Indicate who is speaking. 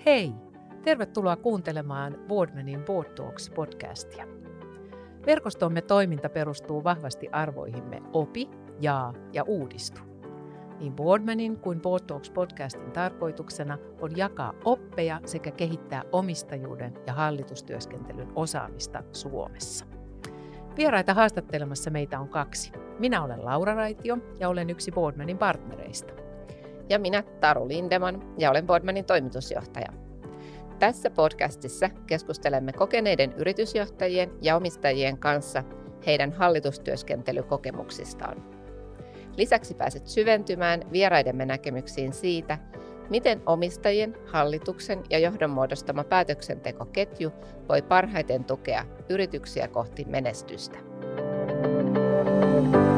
Speaker 1: Hei! Tervetuloa kuuntelemaan Boardmanin Board Talks podcastia. Verkostomme toiminta perustuu vahvasti arvoihimme opi, jaa ja uudistu. Niin Boardmanin kuin Board Talks podcastin tarkoituksena on jakaa oppeja sekä kehittää omistajuuden ja hallitustyöskentelyn osaamista Suomessa. Vieraita haastattelemassa meitä on 2. Minä olen Laura Raitio ja olen yksi Boardmanin partnereista.
Speaker 2: Ja minä Taru Lindeman ja olen Boardmanin toimitusjohtaja. Tässä podcastissa keskustelemme kokeneiden yritysjohtajien ja omistajien kanssa heidän hallitustyöskentelykokemuksistaan. Lisäksi pääset syventymään vieraidemme näkemyksiin siitä, miten omistajien, hallituksen ja johdon muodostama päätöksentekoketju voi parhaiten tukea yrityksiä kohti menestystä.